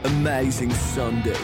Amazing Sunday.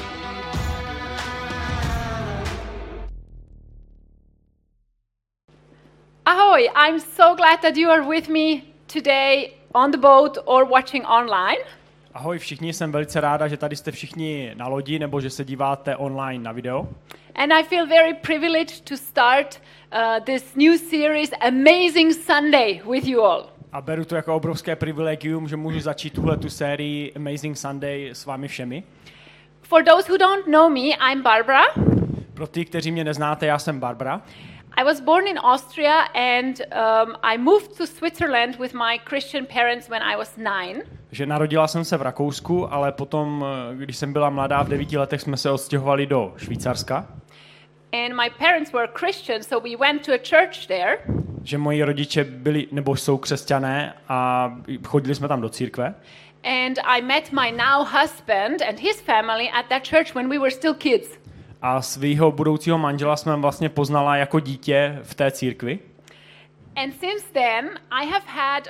Ahoy, I'm so glad that you are with me today on the boat or watching online. Ahoj všichni, jsem velice ráda, že tady jste všichni na lodi nebo že se díváte online na video. And I feel very privileged to start this new series, Amazing Sunday, with you all. A beru to jako obrovské privilegium, že můžu začít tuhletu sérii Amazing Sunday s vámi všemi. For those who don't know me, I'm Barbara. Pro ty, kteří mě neznáte, já jsem Barbara. I was born in Austria and I moved to Switzerland with my Christian parents when I was 9. Že narodila jsem se v Rakousku, ale potom, když jsem byla mladá, v 9 letech jsme se odstěhovali do Švýcarska. And my parents were Christian, so we went to a church there. Že moji rodiče byli nebo jsou křesťané a chodili jsme tam do církve. And I met my now husband and his family at that church when we were still kids. A svého budoucího manžela jsme vlastně poznala jako dítě v té církvi. And since then, I have had,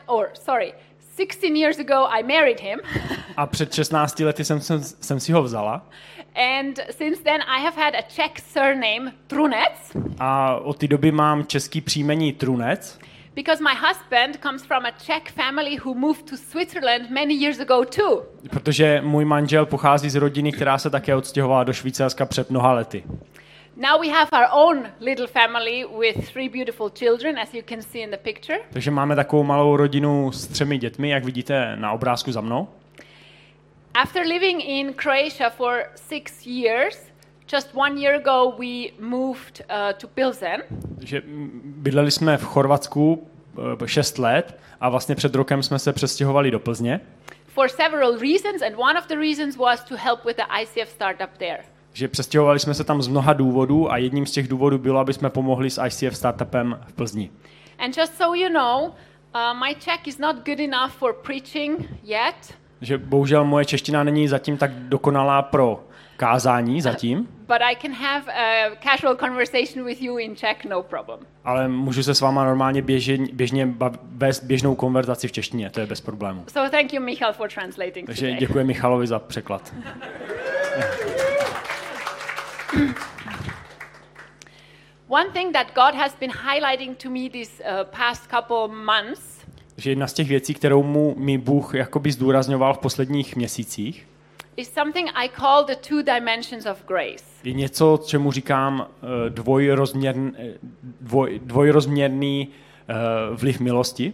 16 years ago, I married him. A před 16 lety jsem si ho vzala. And since then, I have had a Czech surname, Trunec. A od té doby mám český příjmení Trunec. Because my husband comes from a Czech family who moved to Switzerland many years ago too. Protože můj manžel pochází z rodiny, která se také odstěhovala do Švýcarska před mnoha lety. Now we have our own little family with 3 beautiful children, as you can see in the picture. Takže máme takovou malou rodinu s 3 dětmi, jak vidíte na obrázku za mnou. After living in Croatia for 6 years, just 1 year ago we moved to Pilsen. Takže bydleli jsme v Chorvatsku 6 let a vlastně před rokem jsme se přestěhovali do Plzně. For several reasons, and one of the reasons was to help with the ICF startup there. Že přestěhovali jsme se tam z mnoha důvodů a jedním z těch důvodů bylo, aby jsme pomohli s ICF startupem v Plzni. And just so you know, my Czech is not good enough for preaching yet. Že bohužel moje čeština není zatím tak dokonalá pro kázání zatím. But I can have a casual conversation with you in Czech, no problem. Ale můžu se s váma normálně běžně vést běžnou konverzaci v češtině, to je bez problému. So thank you, Michal, for translating. Takže today. děkuji Michalovi za překlad. One thing that God has been highlighting to me these past couple months Že jedna z těch věcí, kterou mi Bůh jakoby zdůrazňoval v posledních měsících, is something I call the 2 dimensions of grace. je něco, čemu říkám dvojrozměrný vliv milosti.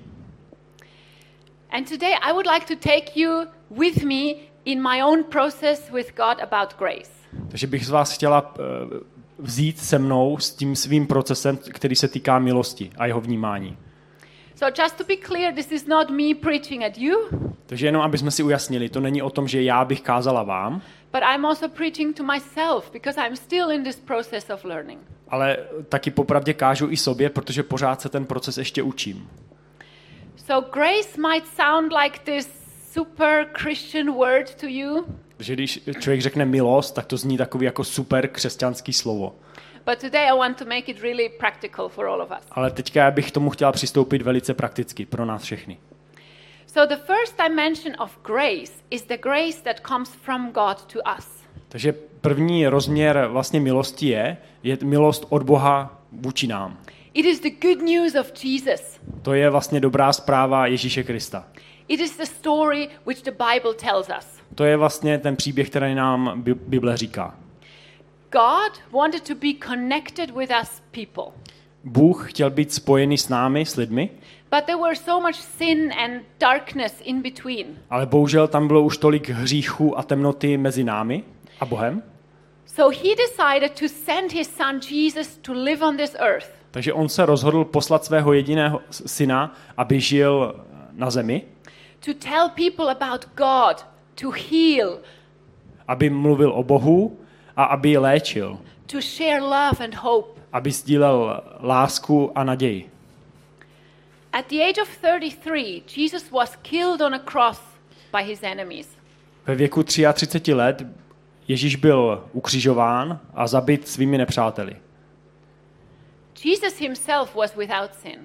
And today I would like to take you with me in my own process with God about grace. Takže bych z vás chtěla vzít se mnou s tím svým procesem, který se týká milosti a jeho vnímání. So just to be clear, this is not me preaching at you. Takže jenom, aby jsme si ujasnili, to není o tom, že já bych kázala vám, But I'm also preaching to myself because I'm still in this process of learning. ale taky popravdě kážu i sobě, protože pořád se ten proces ještě učím. So grace might sound like this super Christian word to you. Takže když člověk řekne milost, tak to zní takový jako super křesťanský slovo. But today I want to make it really practical for all of us. Ale teďka já bych tomu chtěla přistoupit velice prakticky pro nás všechny. So the first dimension of grace is the grace that comes from God to us. Takže první rozměr vlastně milosti je milost od Boha vůči nám. It is the good news of Jesus. To je vlastně dobrá zpráva Ježíše Krista. It is the story which the Bible tells us. To je vlastně ten příběh, který nám Bible říká. God wanted to be connected with us people. Bůh chtěl být spojený s námi, s lidmi, But there were so much sin and darkness in between. ale bohužel tam bylo už tolik hříchů a temnoty mezi námi a Bohem. So he decided to send his son Jesus to live on this earth. Takže on se rozhodl poslat svého jediného syna, aby žil na zemi, To tell people about God, to heal, aby mluvil o Bohu a aby je léčil, to share love and hope. aby sdílel lásku a naději. At the age of 33, Jesus was killed on a cross by his enemies. Ve věku 33 let Ježíš byl ukřižován a zabit svými nepřáteli. Jesus himself was without sin.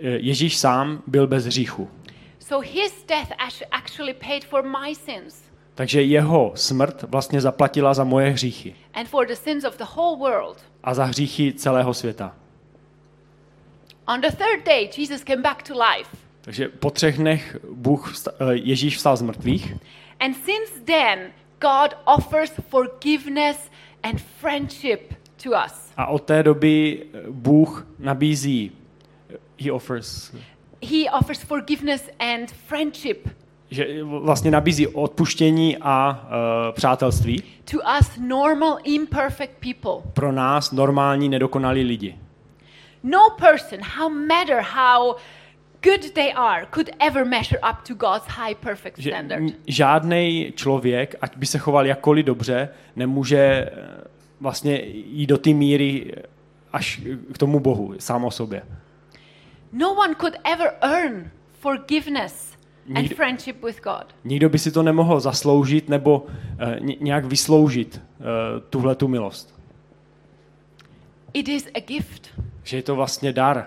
Ježíš sám byl bez hříchu. So his death actually paid for my sins. Takže jeho smrt vlastně zaplatila za moje hříchy and for the sins of the whole world. a za hříchy celého světa. On the third day, Jesus came back to life. Takže po 3 dnech Ježíš vstal z mrtvých And since then, God offers forgiveness and friendship to us. a od té doby Bůh nabízí he offers forgiveness and friendship že vlastně nabízí odpuštění a přátelství to us normal imperfect people. pro nás normální nedokonalí lidi. No person, how good they are, could ever measure up to God's high perfect Že standard. žádnej člověk, ať by se choval jakkoliv dobře, nemůže vlastně jít do té míry až k tomu Bohu sám o sobě. No one could ever earn forgiveness and friendship with God. Nikdo by si to nemohl zasloužit nebo nějak vysloužit tuhletu milost. It is a gift. Že je to vlastně dar.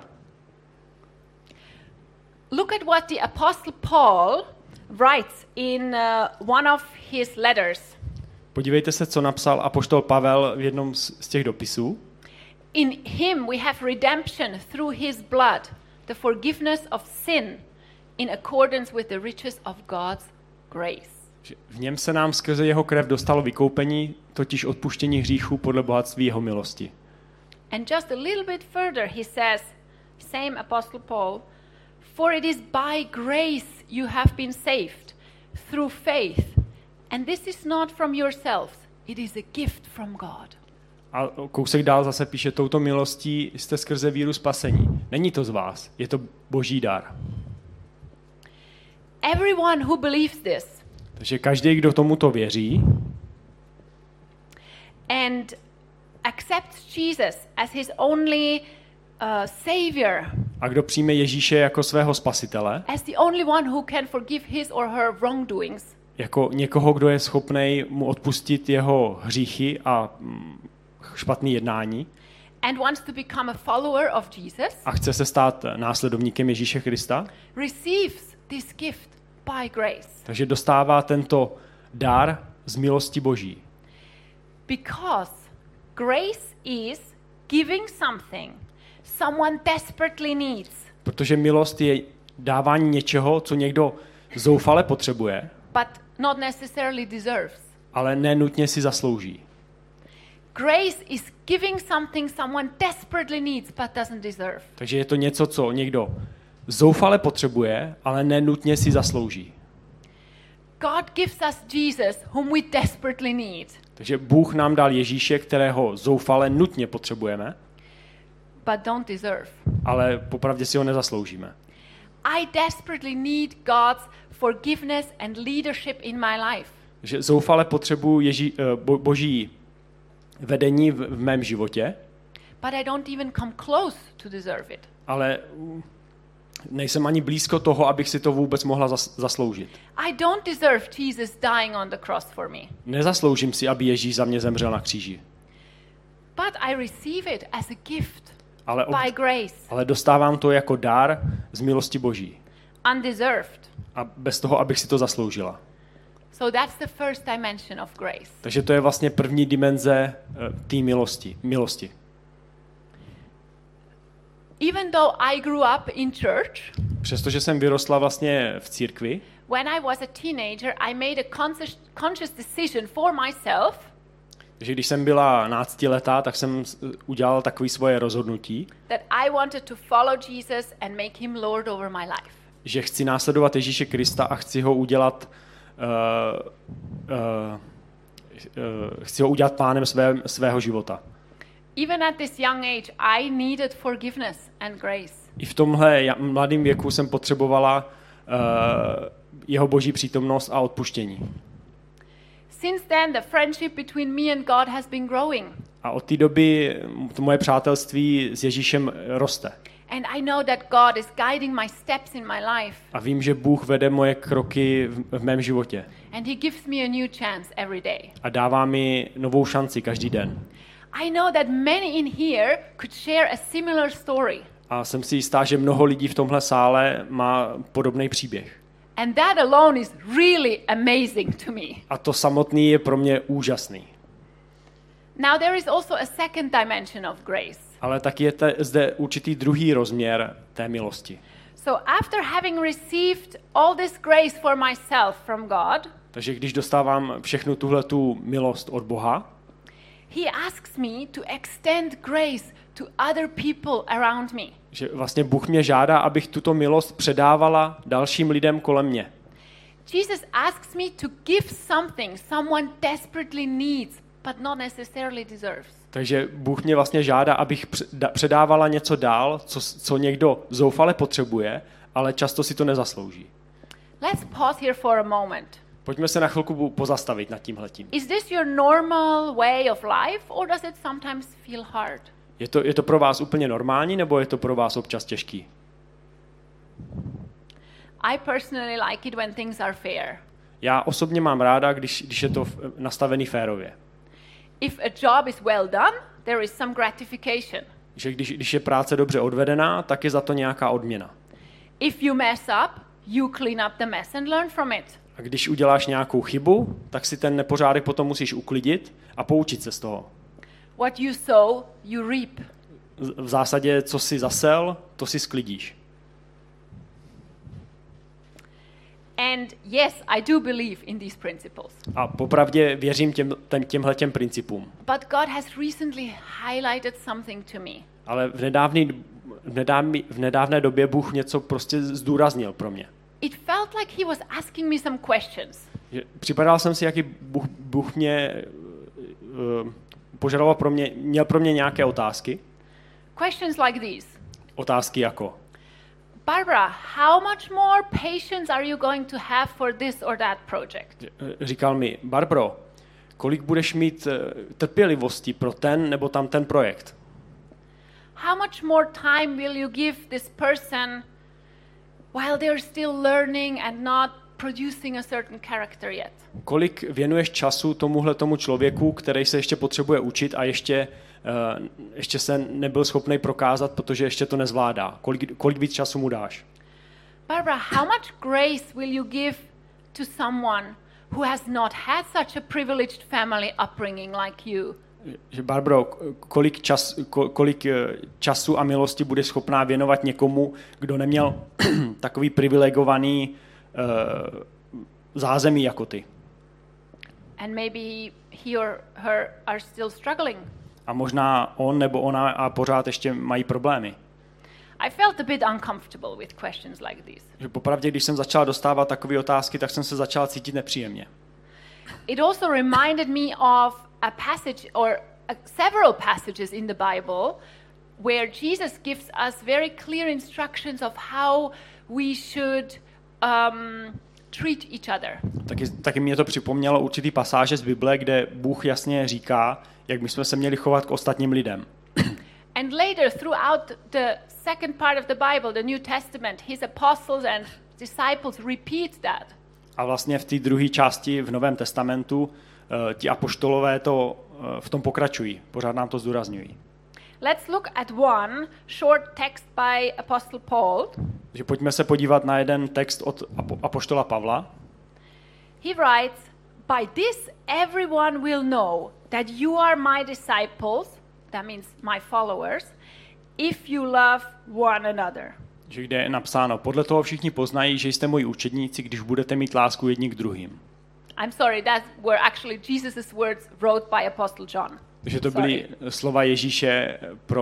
Look at what the Apostle Paul writes in one of his letters. Podívejte se, co napsal apoštol Pavel v jednom z těch dopisů. In him we have redemption through his blood, the forgiveness of sin in accordance with the riches of God's grace. V něm se nám skrze jeho krev dostalo vykoupení, totiž odpuštění hříchů podle bohatství jeho milosti. And just a little bit further he says, same Apostle Paul, for it is by grace you have been saved through faith, and this is not from yourselves, it is a gift from God. A kousek dál zase píše, touto milostí jste skrze víru spasení. Není to z vás, je to boží dar. Everyone who believes this Takže každý, kdo tomuto věří and accepts Jesus as his only savior, a kdo přijme Ježíše jako svého spasitele, as the only one who can forgive his or her wrongdoings, jako někoho, kdo je schopný mu odpustit jeho hříchy a špatné jednání, and wants to become a follower of Jesus, a chce se stát následovníkem Ježíše Krista, receives this gift by grace. takže dostává tento dar z milosti Boží. Because grace is giving something someone desperately needs. Protože milost je dávání něčeho, co někdo zoufale potřebuje, But not necessarily deserves. ale nenutně si zaslouží. Grace is giving something someone desperately needs but doesn't deserve. Takže je to něco, co někdo zoufale potřebuje, ale nenutně si zaslouží. God gives us Jesus whom we desperately need. Takže Bůh nám dal Ježíše, kterého zoufale nutně potřebujeme, but don't deserve. ale popravdě si ho nezasloužíme. I desperately need God's forgiveness and leadership in my life. Že zoufale potřebuji Boží vedení v mém životě, but I don't even come close to deserve it. ale nejsem ani blízko toho, abych si to vůbec mohla zasloužit. I don't deserve Jesus dying on the cross for me. Nezasloužím si, aby Ježíš za mě zemřel na kříži. But I receive it as a gift Ale by grace. Ale dostávám to jako dar z milosti Boží. Undeserved. A bez toho, abych si to zasloužila. So that's the first dimension of grace. Takže to je vlastně první dimenze té milosti. Even though I grew up in church, Přestože jsem vyrostla vlastně v církvi, when I was a teenager, I made a conscious decision for myself. Takže když jsem byla náctiletá, tak jsem udělal takové svoje rozhodnutí, That I wanted to follow Jesus and make him Lord over my life. že chci následovat Ježíše Krista a chci ho udělat pánem svého života. Even at this young age, I needed forgiveness and grace. I v tomhle mladém věku jsem potřebovala jeho boží přítomnost a odpuštění. Since then, the friendship between me and God has been growing. A od té doby to moje přátelství s Ježíšem roste. And I know that God is guiding my steps in my life. A vím, že Bůh vede moje kroky v mém životě. And he gives me a new chance every day. A dává mi novou šanci každý den. I know that many in here could share a similar story. A jsem si jistá, že mnoho lidí v tomhle sále má podobný příběh. And that alone is really amazing to me. A to samotný je pro mě úžasný. Now there is also a second dimension of grace. Ale taky je zde určitý druhý rozměr té milosti. So after having received all this grace for myself from God, Takže když dostávám všechnu tuhletu milost od Boha, he asks me to extend grace to other people around me. že vlastně Bůh mě žádá, abych tuto milost předávala dalším lidem kolem mě. Jesus asks me to give something someone desperately needs but not necessarily deserves. Takže Bůh mě vlastně žádá, abych předávala něco dál, co někdo zoufale potřebuje, ale často si to nezaslouží. Let's pause here for a moment. Pojďme se na chvilku pozastavit nad tímhletím. Is this your normal way of life or does it sometimes feel hard? Je to pro vás úplně normální, nebo je to pro vás občas těžký? I personally like it when things are fair. Já osobně mám ráda, když je to nastavený férově. If a job is well done, there is some gratification. Že když je práce dobře odvedená, tak je za to nějaká odměna. If you mess up, you clean up the mess and learn from it. A když uděláš nějakou chybu, tak si ten nepořádek potom musíš uklidit a poučit se z toho. What you sow, you reap. V zásadě, co si zasel, to si sklidíš. And yes, I do believe in these principles. A popravdě věřím těmhletěm principům. But God has recently highlighted something to me. Ale v nedávné době Bůh něco prostě zdůraznil pro mě. It felt like he was asking me some questions. Připadal jsem si, jaký Bůh mě požadoval měl pro mě nějaké otázky. Questions like these. Otázky jako: Barbara, how much more patience are you going to have for this or that project? Říkal mi: Barbaro, kolik budeš mít trpělivosti pro ten nebo tamten projekt? How much more time will you give this person while they're still learning and not producing a certain character yet? Kolik věnuješ času tomu člověku, který se ještě potřebuje učit a ještě se nebyl schopný prokázat, protože ještě to nezvládá? Kolik víc času mu dáš? Barbara, how much grace will you give to someone who has not had such a privileged family upbringing like you? Že Barbaro, kolik času a milosti budeš schopná věnovat někomu, kdo neměl takový privilegovaný zázemí jako ty? And maybe he or her are still struggling. A možná on nebo ona a pořád ještě mají problémy. I felt a bit uncomfortable with questions like these. Že popravdě, když jsem začal dostávat takové otázky, tak jsem se začal cítit nepříjemně. It also reminded me of a passage or several passages in the Bible where Jesus gives us very clear instructions of how we should treat each other. Taky mě to připomnělo určitý pasáže z Bible, kde Bůh jasně říká, jak my jsme se měli chovat k ostatním lidem. And later, throughout the second part of the Bible, the New Testament, his apostles and disciples repeat that. A vlastně v té druhé části v Novém testamentu ti apoštolové to v tom pokračují. Pořád nám to zdůrazňují. Let's look at one short text by Apostle Paul. Takže pojďme se podívat na jeden text od apoštola Pavla. He writes, "By this everyone will know that you are my disciples, that means my followers, if you love one another." Že kde je napsáno: podle toho všichni poznají, že jste moji učedníci, když budete mít lásku jedni k druhým. I'm sorry, that were actually Jesus' words wrote by Apostle John. Takže to byly slova Ježíše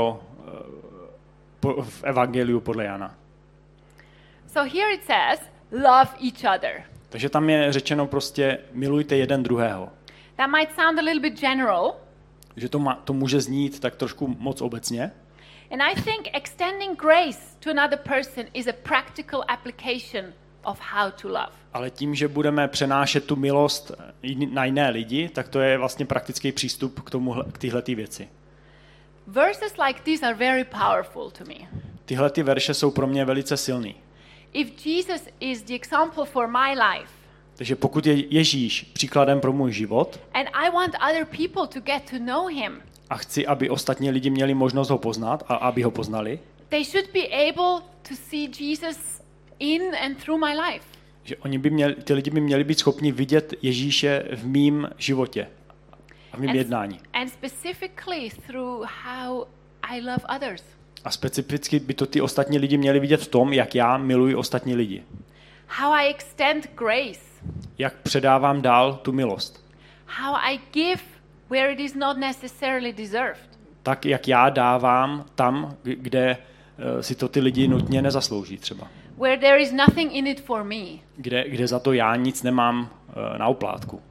v evangeliu podle Jana. So here it says, love each other. Takže tam je řečeno prostě milujte jeden druhého. That might sound a little bit general. Že to může znít tak trošku moc obecně. And I think extending grace to another person is a practical application of how to love. Ale tím, že budeme přenášet tu milost na jiné lidi, tak to je vlastně praktický přístup k téhletý věci. Verses like these are very powerful to me. Tyhlety verše jsou pro mě velice silný. If Jesus is the example for my life, takže pokud je Ježíš příkladem pro můj život, and I want other people to get to know him, a chci, aby ostatní lidi měli možnost ho poznat a aby ho poznali, they should be able to see Jesus in and through my life. Že ty lidi by měli být schopni vidět Ježíše v mým životě a v mým jednání. And specifically through how I love others. A specificky by to ty ostatní lidi měli vidět v tom, jak já miluji ostatní lidi. How I extend grace. Jak předávám dál tu milost. How I give where it is not necessarily deserved. Tak, jak já dávám tam, kde si to ty lidi nutně nezaslouží třeba. Where there is nothing in it for me. Kde za to já nic nemám na oplátku.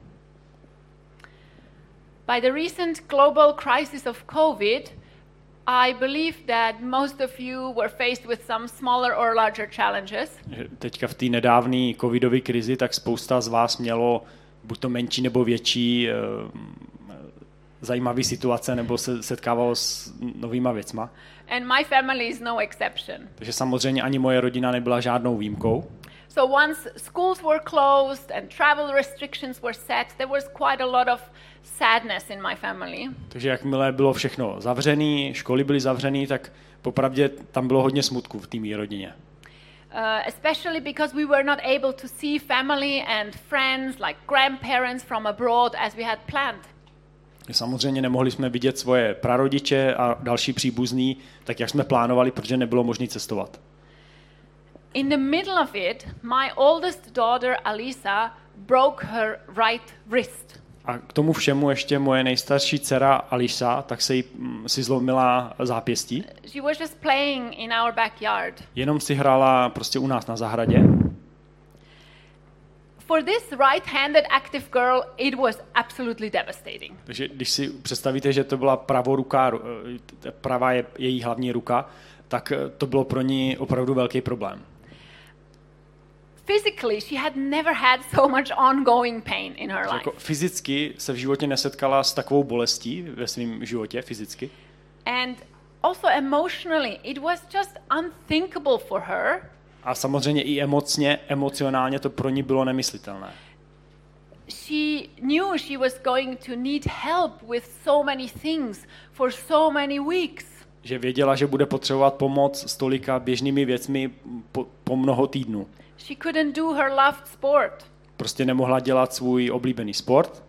By the recent global crisis of COVID, I believe that most of you were faced with some smaller or larger challenges. Teďka v té nedávné covidové krizi, tak spousta z vás mělo buď to menší nebo větší zajímavé situace, nebo se setkávalo s novýma věcma. And my family is no exception. Takže samozřejmě ani moje rodina nebyla žádnou výjimkou. So once schools were closed and travel restrictions were set, there was quite a lot of sadness in my family. Takže jakmile bylo všechno zavřené, školy byly zavřené, tak popravdě tam bylo hodně smutku v té mé rodině. Especially because we were not able to see family and friends like grandparents from abroad as we had planned. Samozřejmě nemohli jsme vidět svoje prarodiče a další příbuzní, tak jak jsme plánovali, protože nebylo možné cestovat. In the middle of it, my oldest daughter Alisa broke her right wrist. A k tomu všemu ještě moje nejstarší dcera Alisa, tak si zlomila zápěstí. She was just playing in our backyard. Jenom si hrála prostě u nás na zahradě. For this right-handed active girl, it was absolutely devastating. Takže když si představíte, že to byla pravá je její hlavní ruka, tak to bylo pro ní opravdu velký problém. Physically, she had never had so much ongoing pain in her life. Jako fyzicky se v životě nesetkala s takovou bolestí ve svém životě fyzicky. And also emotionally, it was just unthinkable for her. A samozřejmě i emocionálně to pro ní bylo nemyslitelné. She knew she was going to need help with so many things for so many weeks. Že věděla, že bude potřebovat pomoc s tolika běžnými věcmi po mnoho týdnů. She couldn't do her loved sport. Prostě nemohla dělat svůj oblíbený sport.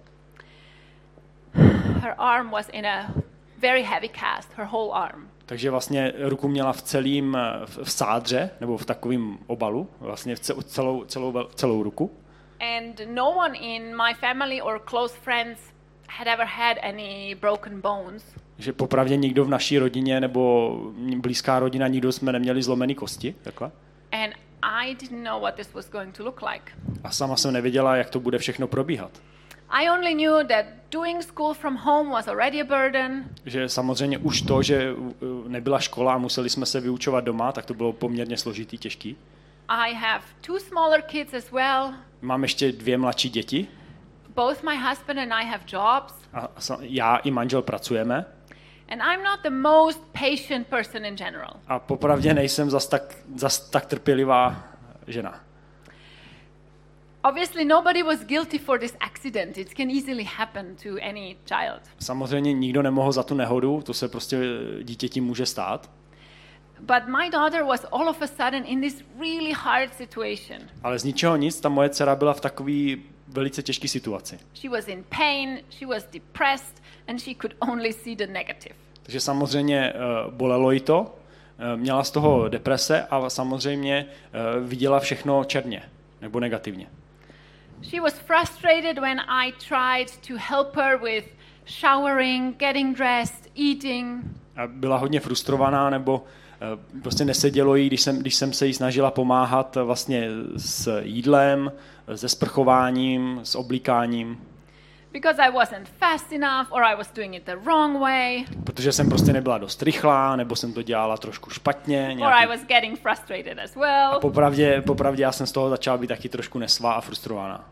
Her arm was in a very heavy cast, her whole arm. Takže vlastně ruku měla v sádře, nebo v takovém obalu, vlastně celou ruku. And no one in my family or close friends had ever had any broken bones. Že popravdě nikdo v naší rodině, nebo blízká rodina, nikdo jsme neměli zlomený kosti, takhle. And I didn't know what this was going to look like. A sama jsem nevěděla, jak to bude všechno probíhat. I only knew that doing school from home was already a burden. Že samozřejmě už to, že nebyla škola a museli jsme se vyučovat doma, tak to bylo poměrně složitý, těžký. I have two smaller kids as well. Mám ještě 2 mladší děti. Both my husband and I have jobs. A já i manžel pracujeme. And I'm not the most patient person in general. A popravdě nejsem zas tak trpělivá žena. Obviously nobody was guilty for this accident. It can easily happen to any child. Samozřejmě nikdo nemohl za tu nehodu, to se prostě dítěti může stát. But my daughter was all of a sudden in this really hard situation. Ale z ničeho nic, ta moje dcera byla v takové velice těžké situaci. She was in pain, she was depressed and she could only see the negative. Takže samozřejmě bolelo jí to, měla z toho deprese a samozřejmě viděla všechno černě nebo negativně. She was frustrated when I tried to help her with showering, getting dressed, eating. A byla hodně frustrovaná, nebo prostě nesedělo jí, když jsem se jí snažila pomáhat vlastně s jídlem, se sprchováním, s oblíkáním. Because I wasn't fast enough or I was doing it the wrong way. Protože jsem prostě nebyla dost rychlá, nebo jsem to dělala trošku špatně. Or I was getting frustrated as well. A popravdě já jsem z toho začala být taky trošku nesvá a frustrovaná.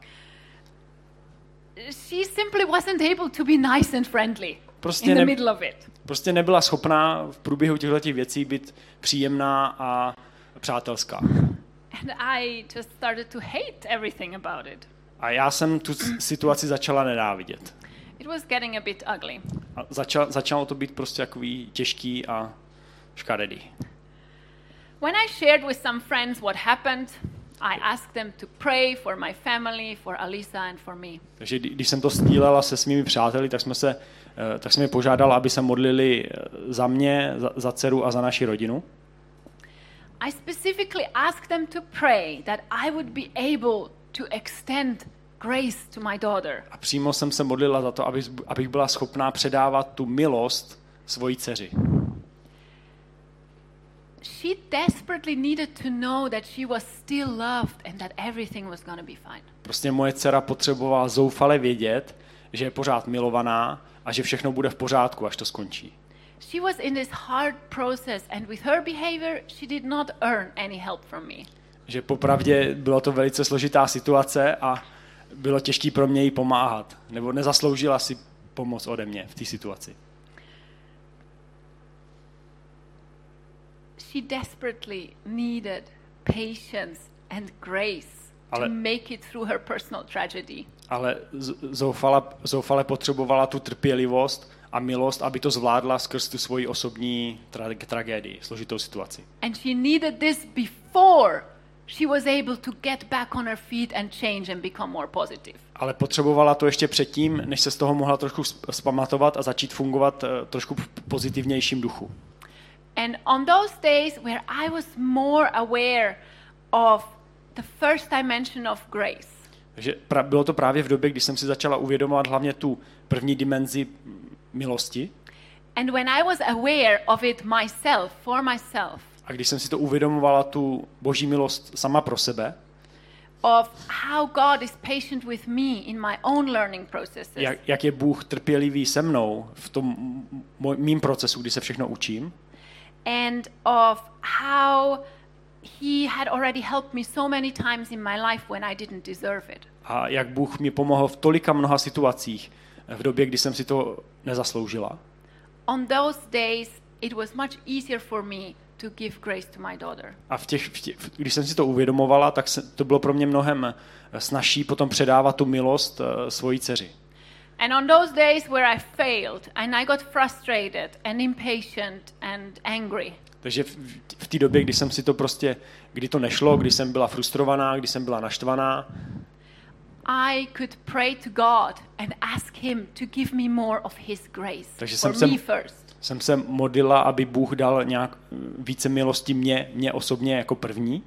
She simply wasn't able to be nice and friendly Prostě in the middle of it. Prostě nebyla schopná v průběhu těchto věcí být příjemná a přátelská. And I just started to hate everything about it. A já jsem tu situaci začala nenávidět. It was getting a bit ugly. A začalo to být prostě takový těžký a škaredý. When I shared with some friends what happened, I asked them to pray for my family, for Alisa and for me. Takže když jsem to sdílela se svými přáteli, tak jsem je požádal, aby se modlili za mě, za dceru a za naši rodinu. I specifically asked them to pray that I would be able to extend grace to my daughter. A přímo jsem se modlila za to, abych byla schopná předávat tu milost svojí dceři. She desperately needed to know that she was still loved and that everything was going to be fine. Prostě moje dcera potřebovala zoufale vědět, že je pořád milovaná a že všechno bude v pořádku, až to skončí. She was in this hard process and with her behavior she did not earn any help from me. Že popravdě byla to velice složitá situace a bylo těžké pro mě jí pomáhat, nebo nezasloužila si pomoc ode mě v té situaci. She desperately needed patience and grace to make it through her personal tragedy. Ale zoufale potřebovala tu trpělivost a milost, aby to zvládla skrz tu svoji osobní tragédii, složitou situaci. And she needed this before she was able to get back on her feet and change and become more positive. Ale potřebovala to ještě předtím, než se z toho mohla trošku zpamatovat a začít fungovat trošku v pozitivnějším duchu. And on those days where I was more aware of the first dimension of grace. Takže bylo to právě v době, kdy jsem si začala uvědomovat hlavně tu první dimenzi milosti. And when I was aware of it myself, for myself. A když jsem si to uvědomovala, tu boží milost sama pro sebe. Of how God is patient with me in my own learning processes. Jak je Bůh trpělivý se mnou v tom mým procesu, kdy se všechno učím. And of how he had already helped me so many times in my life when I didn't deserve it. A jak Bůh mi pomohl v tolika mnoha situacích v době, kdy jsem si to nezasloužila. On those days it was much easier for me to give grace to my daughter. A když jsem si to uvědomovala, tak to bylo pro mě mnohem snazší potom předávat tu milost svojí dceři. And on those days where I failed and I got frustrated and impatient and angry. Takže v té době, kdy to nešlo, kdy jsem byla frustrovaná, kdy jsem byla naštvaná, I could pray to God and ask him to give me more of his grace. Takže jsem se modlila, aby Bůh dal nějak více milosti mě osobně jako první.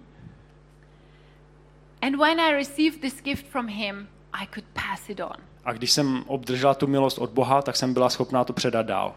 And when I received this gift from him, I could pass it on. A když jsem obdržela tu milost od Boha, tak jsem byla schopná to předat dál.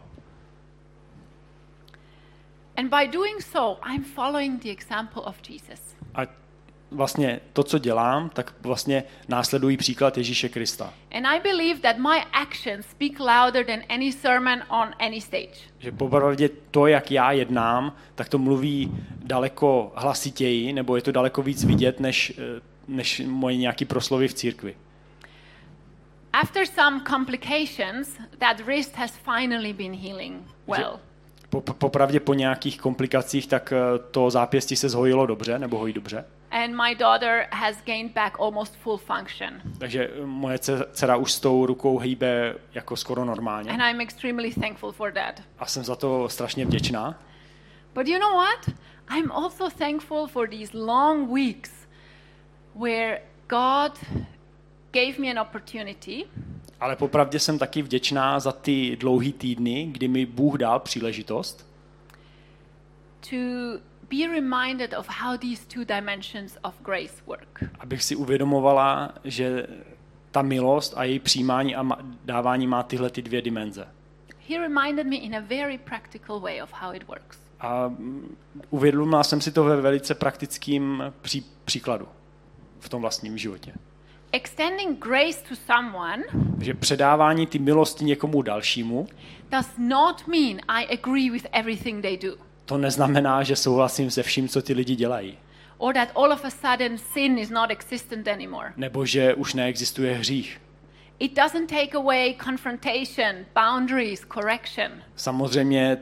And by doing so, I'm following the example of Jesus. A vlastně to, co dělám, tak vlastně následují příklad Ježíše Krista. And I believe that my actions speak louder than any sermon on any stage. Že popravdě to, jak já jednám, tak to mluví daleko hlasitěji, nebo je to daleko víc vidět, než moje nějaký proslovy v církvi. After some complications, that wrist has finally been healing well. Popravdě po nějakých komplikacích, tak to zápěstí se zhojilo dobře, nebo hojí dobře. And my daughter has gained back almost full function. Takže moje dcera už s tou rukou hýbe jako skoro normálně. And I'm extremely thankful for that. A jsem za to strašně vděčná. But you know what? I'm also thankful for these long weeks where God gave me an opportunity. Ale popravdě jsem taky vděčná za ty dlouhý týdny, kdy mi Bůh dal příležitost to be reminded of how these two dimensions of grace work. Abych si uvědomovala, že ta milost a její přijímání a dávání má tyhle ty dvě dimenze. He reminded me in a very practical way of how it works. A uvědomila jsem si to ve velice praktickém příkladu v tom vlastním životě. Extending grace to someone, že předávání ty milosti někomu dalšímu, does not mean I agree with everything they do. To neznamená, že souhlasím se vším, co ty lidi dělají. Or that all of a sudden sin is not existent anymore. Nebo že už neexistuje hřích. It doesn't take away confrontation, boundaries, correction. Samozřejmě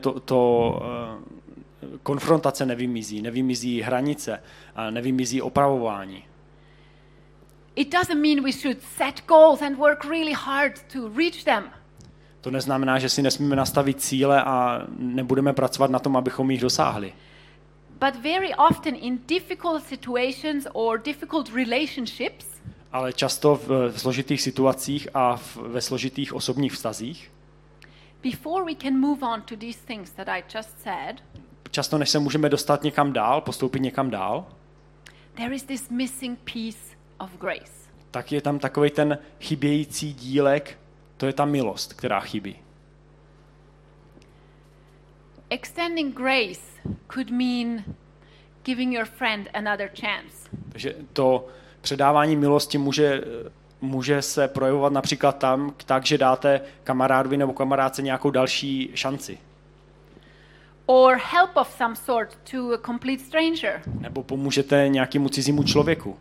konfrontace nevymizí hranice, a nevymizí opravování. It doesn't mean we should set goals and work really hard to reach them. To neznamená, že si nesmíme nastavit cíle a nebudeme pracovat na tom, abychom jich dosáhli. But very often in difficult situations or difficult relationships, ale často v složitých situacích a ve složitých osobních vztazích, before we can move on to these things that I just said, často než se můžeme dostat někam dál, postoupit někam dál, there is this missing piece of grace. tak je tam takový ten chybějící dílek, to je ta milost, která chybí. Extending grace could mean giving your friend another chance. Takže to předávání milosti může se projevovat například tak, že dáte kamarádovi nebo kamarádce nějakou další šanci. Or help of some sort to a complete stranger. Nebo pomůžete nějakému cizímu člověku.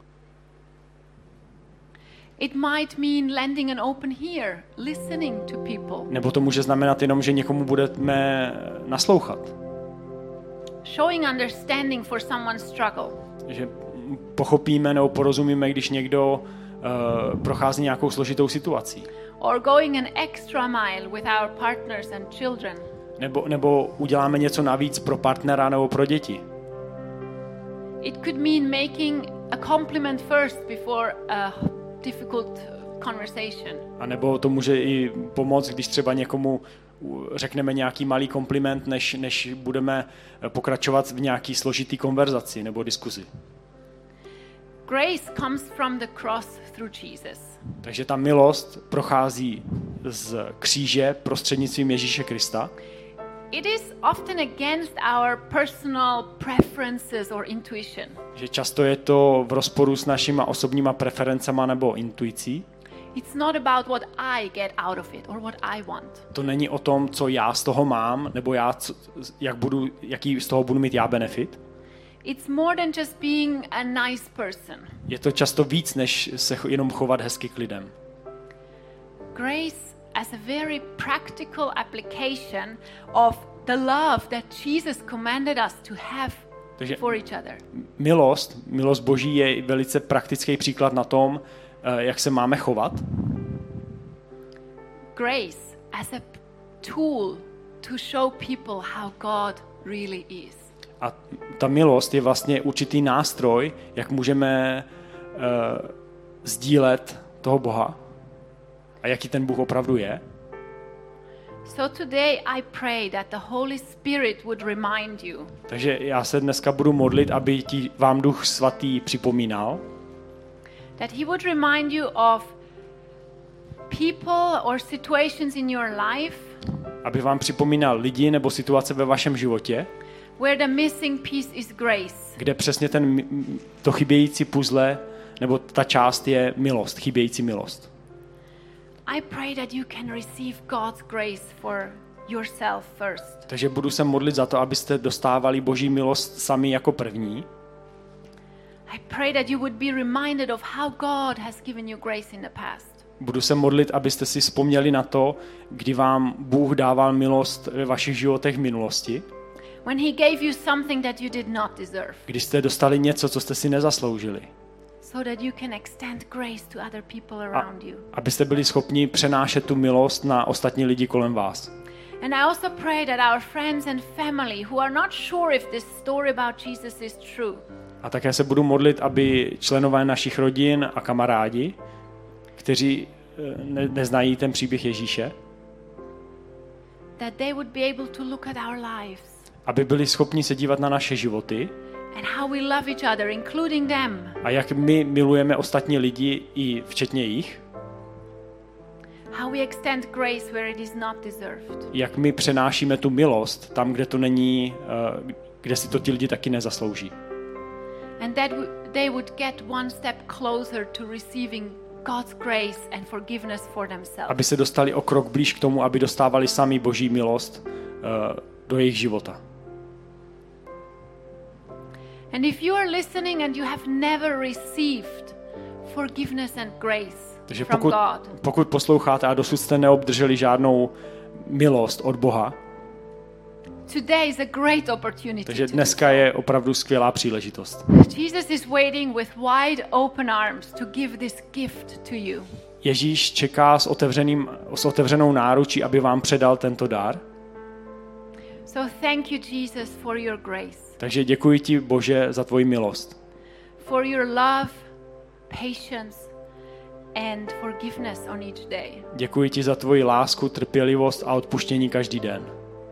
It might mean lending an open ear, listening to people. Nebo to může znamenat jenom, že někomu budeme naslouchat. Showing understanding for someone's struggle. Že pochopíme nebo porozumíme, když někdo prochází nějakou složitou situací. Or going an extra mile with our partners and children. Nebo uděláme něco navíc pro partnera nebo pro děti. It could mean making a compliment first before a difficult conversation. A nebo to může i pomoct, když třeba někomu řekneme nějaký malý kompliment, než budeme pokračovat v nějaký složitý konverzaci nebo diskuzi. Grace comes from the cross through Jesus. Takže ta milost prochází z kříže prostřednictvím Ježíše Krista. It is often against our personal preferences or intuition. Že často je to v rozporu s našima osobníma preferencema nebo intuicí. It's not about what I get out of it or what I want. To není o tom, co já z toho mám, nebo jaký z toho budu mít já benefit. It's more than just being a nice person. Je to často víc, než se jenom chovat hezky k lidem. Grace as a very practical application of the love that Jesus commanded us to have for each other. Milost Boží je velice praktický příklad na tom, jak se máme chovat. Grace as a tool to show people how God really is. A ta milost je vlastně určitý nástroj, jak můžeme sdílet toho Boha a jaký ten Bůh opravdu je. So today I pray that the Holy Spirit would remind you. Takže já se dneska budu modlit, aby vám Duch Svatý připomínal. That he would remind you of people or situations in your life. Aby vám připomínal lidi nebo situace ve vašem životě. Where the missing piece is grace. Kde přesně to chybějící puzzle nebo ta část je milost, chybějící milost. I pray that you can receive God's grace for yourself first. Takže budu se modlit za to, abyste dostávali Boží milost sami jako první. I pray that you would be reminded of how God has given you grace in the past. Budu se modlit, abyste si vzpomněli na to, kdy vám Bůh dával milost ve vašich životech v minulosti. When he gave you something that you did not deserve. Když jste dostali něco, co jste si nezasloužili. So that you can extend grace to other people around you. Abyste byli schopni přenášet tu milost na ostatní lidi kolem vás. And I also pray that our friends and family who are not sure if this story about Jesus is true. A také se budu modlit, aby členové našich rodin a kamarádi, kteří neznají ten příběh Ježíše, that they would be able to look at our lives. Aby byli schopni se dívat na naše životy. And how we love each other, including them. A jak my milujeme ostatní lidi i včetně jich. How we extend grace where it is not deserved. Jak my přenášíme tu milost tam, kde to není, kde si to ti lidi taky nezaslouží. And that they would get one step closer to receiving God's grace and forgiveness for themselves. Aby se dostali o krok blíž k tomu, aby dostávali sami Boží milost do jejich života. And if you are listening and you have never received forgiveness and grace Takže from God. Pokud posloucháte a dosud jste neobdrželi žádnou milost od Boha, today is a great opportunity. Takže dneska je opravdu skvělá příležitost. Jesus is waiting with wide open arms to give this gift to you. Ježíš čeká s otevřenou náručí, aby vám předal tento dar. So thank you, Jesus, for your grace. Takže děkuji ti, Bože, za tvoji milost. For your love, patience and forgiveness on each day. Děkuji ti za tvoji lásku, trpělivost a odpuštění každý den.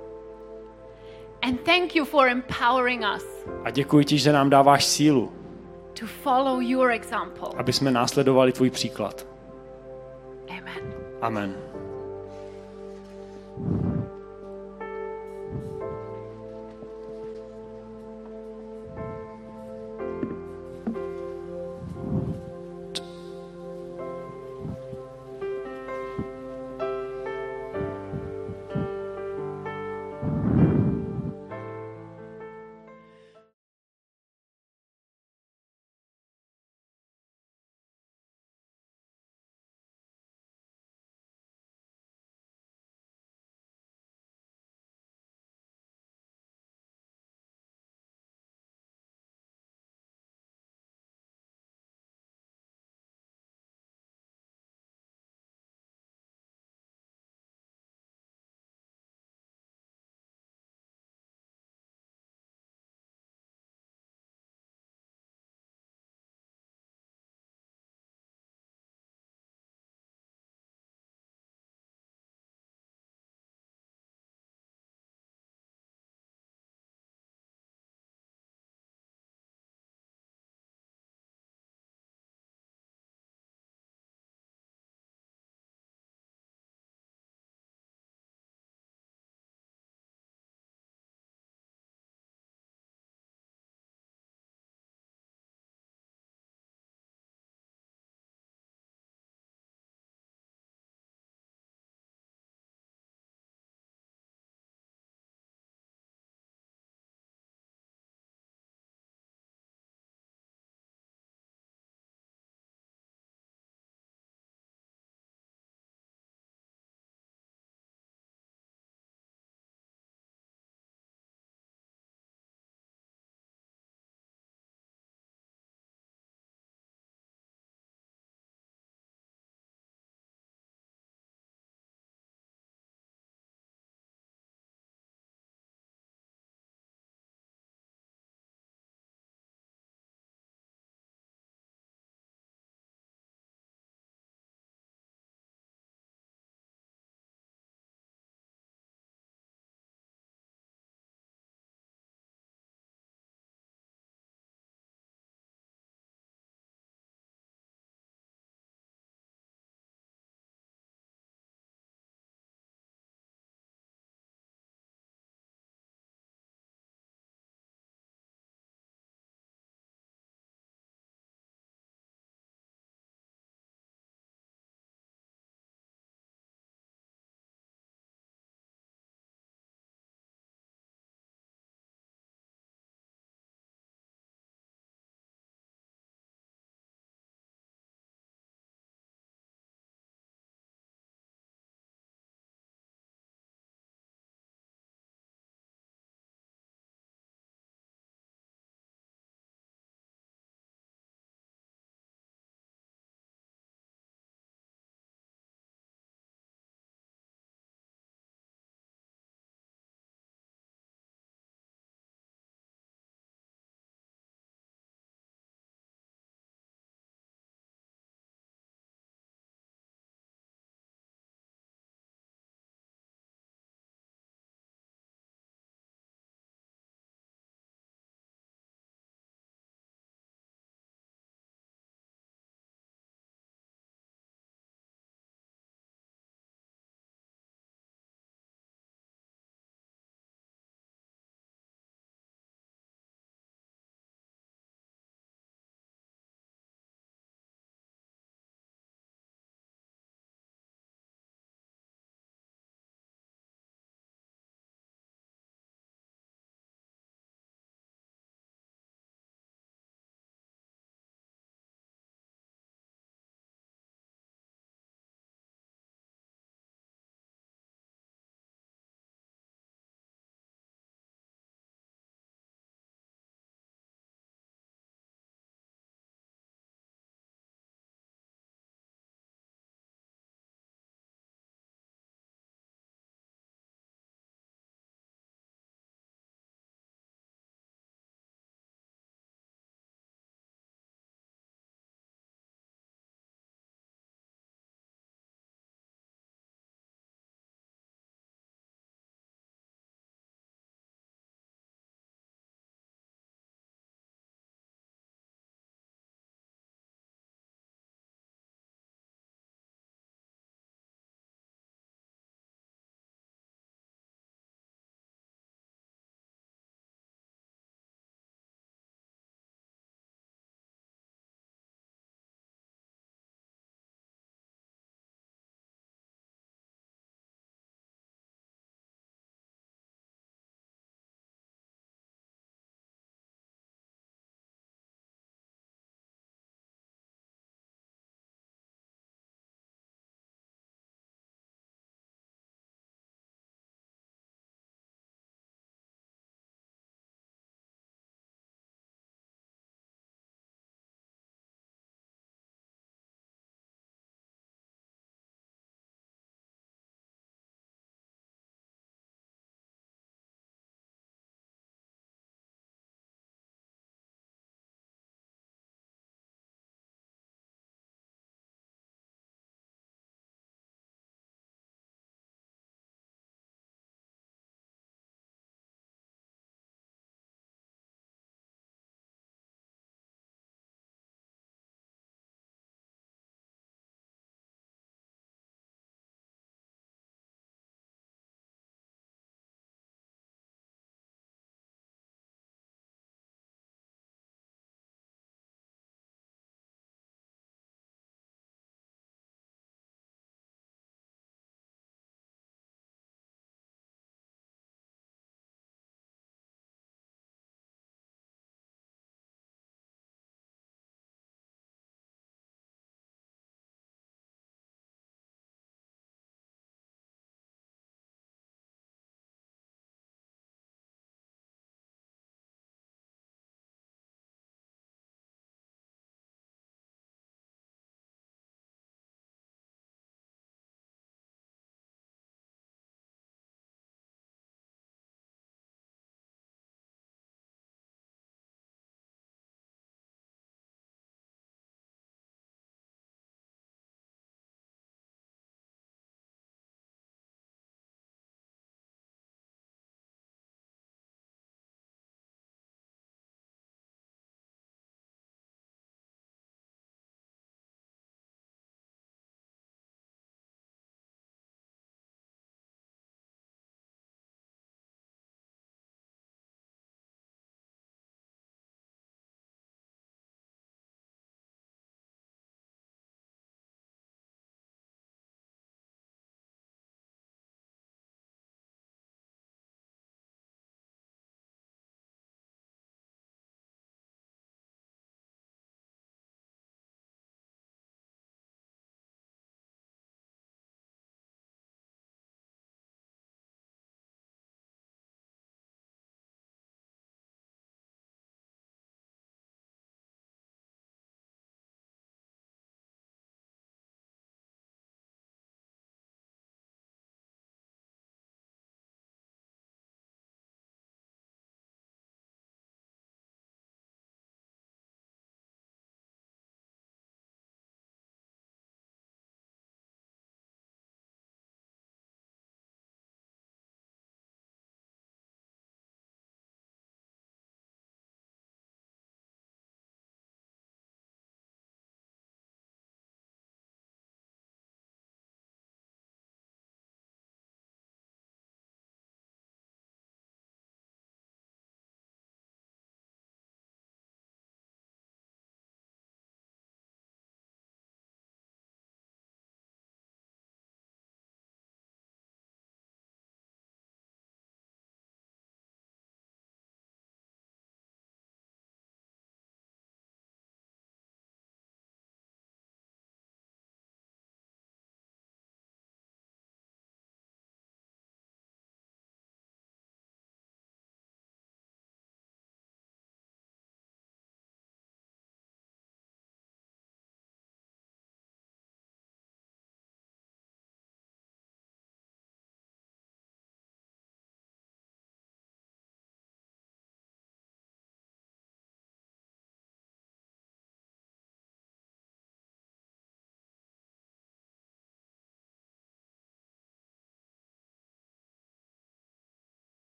And thank you for empowering us A děkuji ti, že nám dáváš sílu, to follow your example. aby jsme následovali tvůj příklad. Amen. Amen.